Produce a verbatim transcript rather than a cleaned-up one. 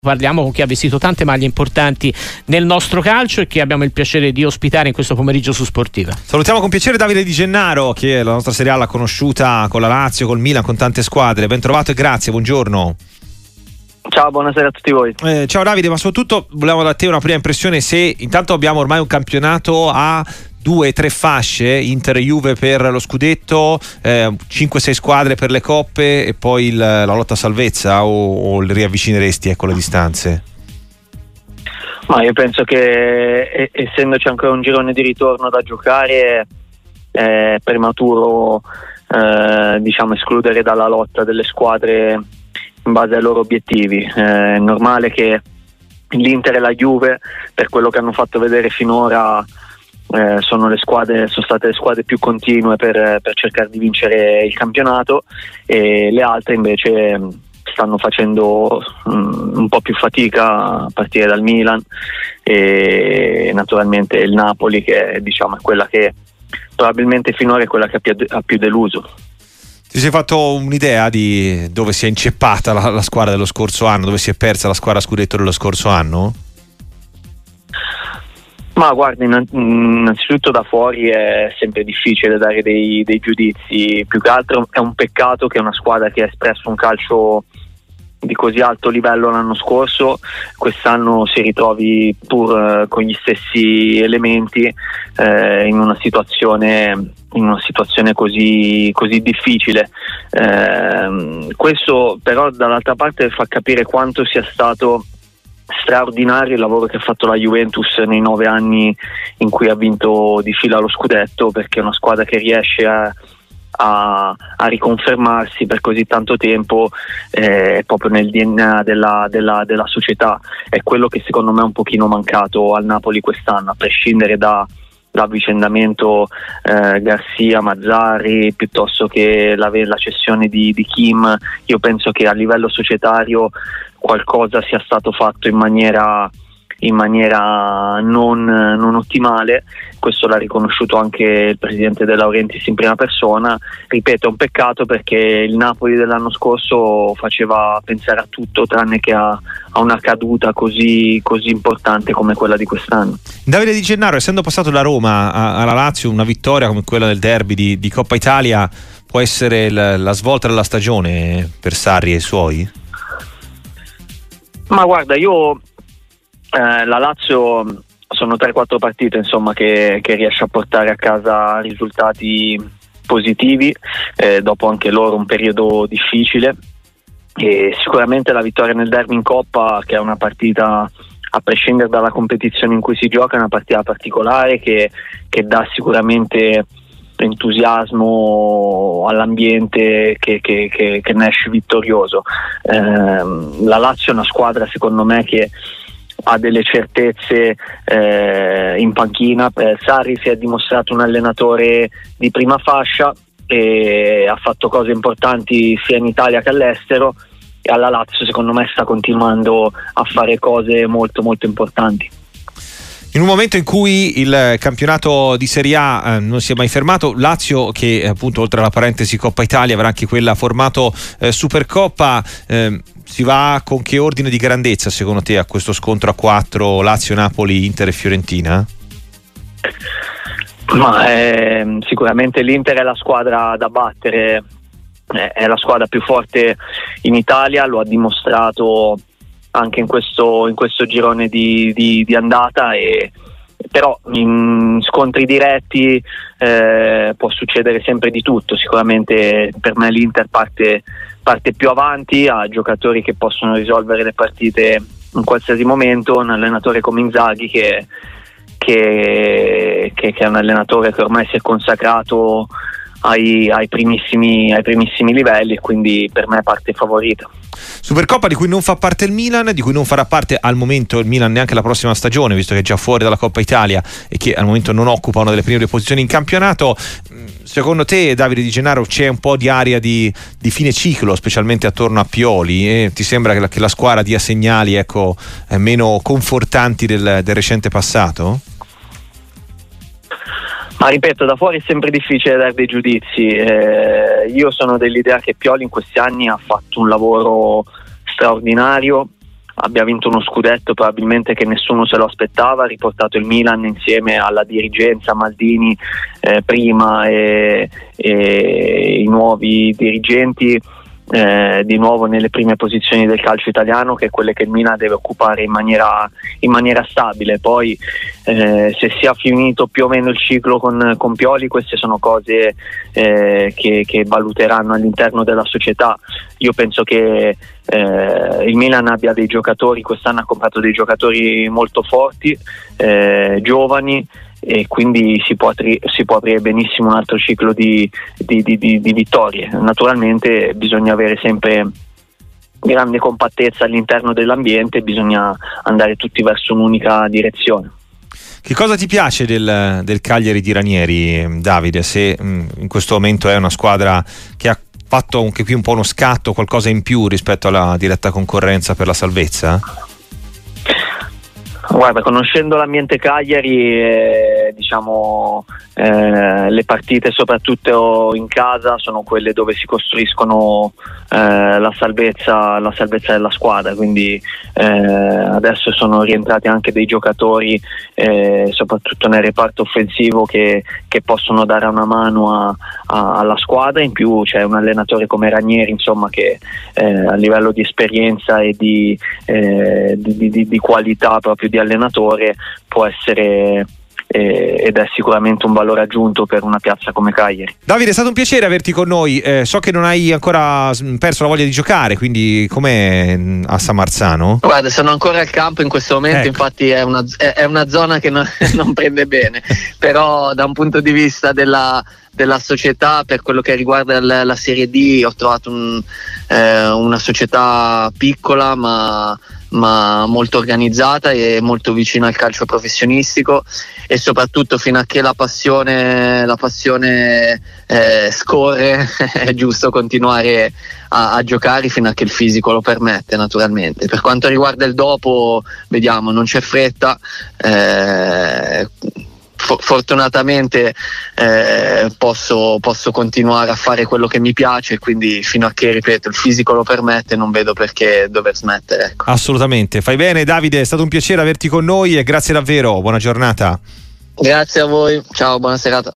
Parliamo con chi ha vestito tante maglie importanti nel nostro calcio e che abbiamo il piacere di ospitare in questo pomeriggio su Sportiva. Salutiamo con piacere Davide Di Gennaro, che la nostra Serie A l'ha conosciuta con la Lazio, col Milan, con tante squadre. Ben trovato e grazie, buongiorno. Ciao, buonasera a tutti voi. Eh, ciao Davide, ma soprattutto volevamo da te una prima impressione se intanto abbiamo ormai un campionato a due tre fasce, Inter e Juve per lo scudetto, eh, cinque sei squadre per le coppe e poi il, la lotta a salvezza, o, o le riavvicineresti, ecco, le distanze? Ma io penso che eh, essendoci ancora un girone di ritorno da giocare è prematuro eh, diciamo escludere dalla lotta delle squadre in base ai loro obiettivi. È normale che l'Inter e la Juve, per quello che hanno fatto vedere finora, Eh, sono le squadre, sono state le squadre più continue per, per cercare di vincere il campionato, e le altre invece stanno facendo um, un po' più fatica, a partire dal Milan e naturalmente il Napoli, che diciamo è quella che probabilmente finora è quella che ha più, ha più deluso. Ti sei fatto un'idea di dove si è inceppata la, la squadra dello scorso anno, dove si è persa la squadra scudetto dello scorso anno? Ma guarda, innanzitutto da fuori è sempre difficile dare dei, dei giudizi, più che altro è un peccato che una squadra che ha espresso un calcio di così alto livello l'anno scorso quest'anno si ritrovi pur eh, con gli stessi elementi eh, in una situazione in una situazione così, così difficile. Eh, questo però dall'altra parte fa capire quanto sia stato straordinario il lavoro che ha fatto la Juventus nei nove anni in cui ha vinto di fila lo scudetto, perché è una squadra che riesce a, a, a riconfermarsi per così tanto tempo eh, proprio nel D N A della, della, della società. È quello che secondo me è un pochino mancato al Napoli quest'anno, a prescindere da l'avvicendamento eh, Garcia-Mazzarri piuttosto che la, la cessione di, di Kim. Io penso che a livello societario qualcosa sia stato fatto in maniera in maniera non, non ottimale. Questo l'ha riconosciuto anche il presidente De Laurentiis in prima persona. Ripeto, è un peccato perché il Napoli dell'anno scorso faceva pensare a tutto tranne che a, a una caduta così, così importante come quella di quest'anno. Davide Di Gennaro, essendo passato da Roma a, alla Lazio, una vittoria come quella del derby di, di Coppa Italia può essere la, la svolta della stagione per Sarri e i suoi? Ma guarda, io eh, la Lazio sono tre quattro partite insomma che, che riesce a portare a casa risultati positivi eh, dopo anche loro un periodo difficile, e sicuramente la vittoria nel derby in Coppa, che è una partita, a prescindere dalla competizione in cui si gioca, è una partita particolare che, che dà sicuramente entusiasmo all'ambiente che, che, che, che ne esce vittorioso. Eh, la Lazio è una squadra secondo me che ha delle certezze eh, in panchina. Eh, Sarri si è dimostrato un allenatore di prima fascia e ha fatto cose importanti sia in Italia che all'estero, e alla Lazio secondo me sta continuando a fare cose molto molto importanti. In un momento in cui il campionato di Serie A eh, non si è mai fermato, Lazio che appunto oltre alla parentesi Coppa Italia avrà anche quella formato eh, Supercoppa, eh, si va con che ordine di grandezza secondo te a questo scontro a quattro Lazio, Napoli, Inter e Fiorentina? Ma eh, sicuramente l'Inter è la squadra da battere, eh, è la squadra più forte in Italia, lo ha dimostrato anche in questo, in questo girone di, di, di andata, e però in scontri diretti eh, può succedere sempre di tutto. Sicuramente per me l'Inter parte, parte più avanti, ha giocatori che possono risolvere le partite in qualsiasi momento, un allenatore come Inzaghi che, che, che, che è un allenatore che ormai si è consacrato ai, ai, primissimi, ai primissimi livelli, e quindi per me parte favorita. Supercoppa di cui non fa parte il Milan, di cui non farà parte al momento il Milan neanche la prossima stagione, visto che è già fuori dalla Coppa Italia e che al momento non occupa una delle prime due posizioni in campionato. Secondo te, Davide Di Gennaro, c'è un po' di aria di, di fine ciclo, specialmente attorno a Pioli, e ti sembra che la, che la squadra dia segnali ecco, meno confortanti del, del recente passato? Ma ripeto, da fuori è sempre difficile dare dei giudizi. Eh, io sono dell'idea che Pioli in questi anni ha fatto un lavoro straordinario, abbia vinto uno scudetto probabilmente che nessuno se lo aspettava, ha riportato il Milan insieme alla dirigenza, Maldini eh, prima e, e i nuovi dirigenti Eh, di nuovo nelle prime posizioni del calcio italiano, che è quelle che il Milan deve occupare in maniera, in maniera stabile. Poi eh, se sia finito più o meno il ciclo con, con Pioli, queste sono cose eh, che, che valuteranno all'interno della società. Io penso che eh, il Milan abbia dei giocatori, quest'anno ha comprato dei giocatori molto forti, eh, giovani, e quindi si può, atri- si può aprire benissimo un altro ciclo di, di, di, di, di vittorie. Naturalmente bisogna avere sempre grande compattezza all'interno dell'ambiente, bisogna andare tutti verso un'unica direzione. Che cosa ti piace del, del Cagliari di Ranieri, Davide? Se mh, in questo momento è una squadra che ha fatto anche qui un po' uno scatto, qualcosa in più rispetto alla diretta concorrenza per la salvezza? Guarda, conoscendo l'ambiente Cagliari, eh, diciamo eh, le partite soprattutto in casa sono quelle dove si costruiscono eh, la salvezza, la salvezza della squadra, quindi eh, adesso sono rientrati anche dei giocatori eh, soprattutto nel reparto offensivo che, che possono dare una mano a, a, alla squadra. In più c'è un allenatore come Ranieri, insomma, che eh, a livello di esperienza e di, eh, di, di, di qualità proprio di allenatore può essere eh, ed è sicuramente un valore aggiunto per una piazza come Cagliari. Davide, è stato un piacere averti con noi, eh, so che non hai ancora perso la voglia di giocare, quindi com'è a San Marzano? Guarda, sono ancora al campo in questo momento, ecco. Infatti è una, è una zona che non, non prende bene, però da un punto di vista della della società, per quello che riguarda la, la Serie D, ho trovato un, eh, una società piccola ma, ma molto organizzata e molto vicina al calcio professionistico, e soprattutto fino a che la passione, la passione eh, scorre è giusto continuare a, a giocare fino a che il fisico lo permette, naturalmente. Per quanto riguarda il dopo, vediamo, non c'è fretta. eh, Fortunatamente eh, posso, posso continuare a fare quello che mi piace, quindi fino a che, ripeto, il fisico lo permette non vedo perché dover smettere, ecco. Assolutamente, fai bene Davide, è stato un piacere averti con noi e grazie davvero, buona giornata. Grazie a voi, ciao, buona serata.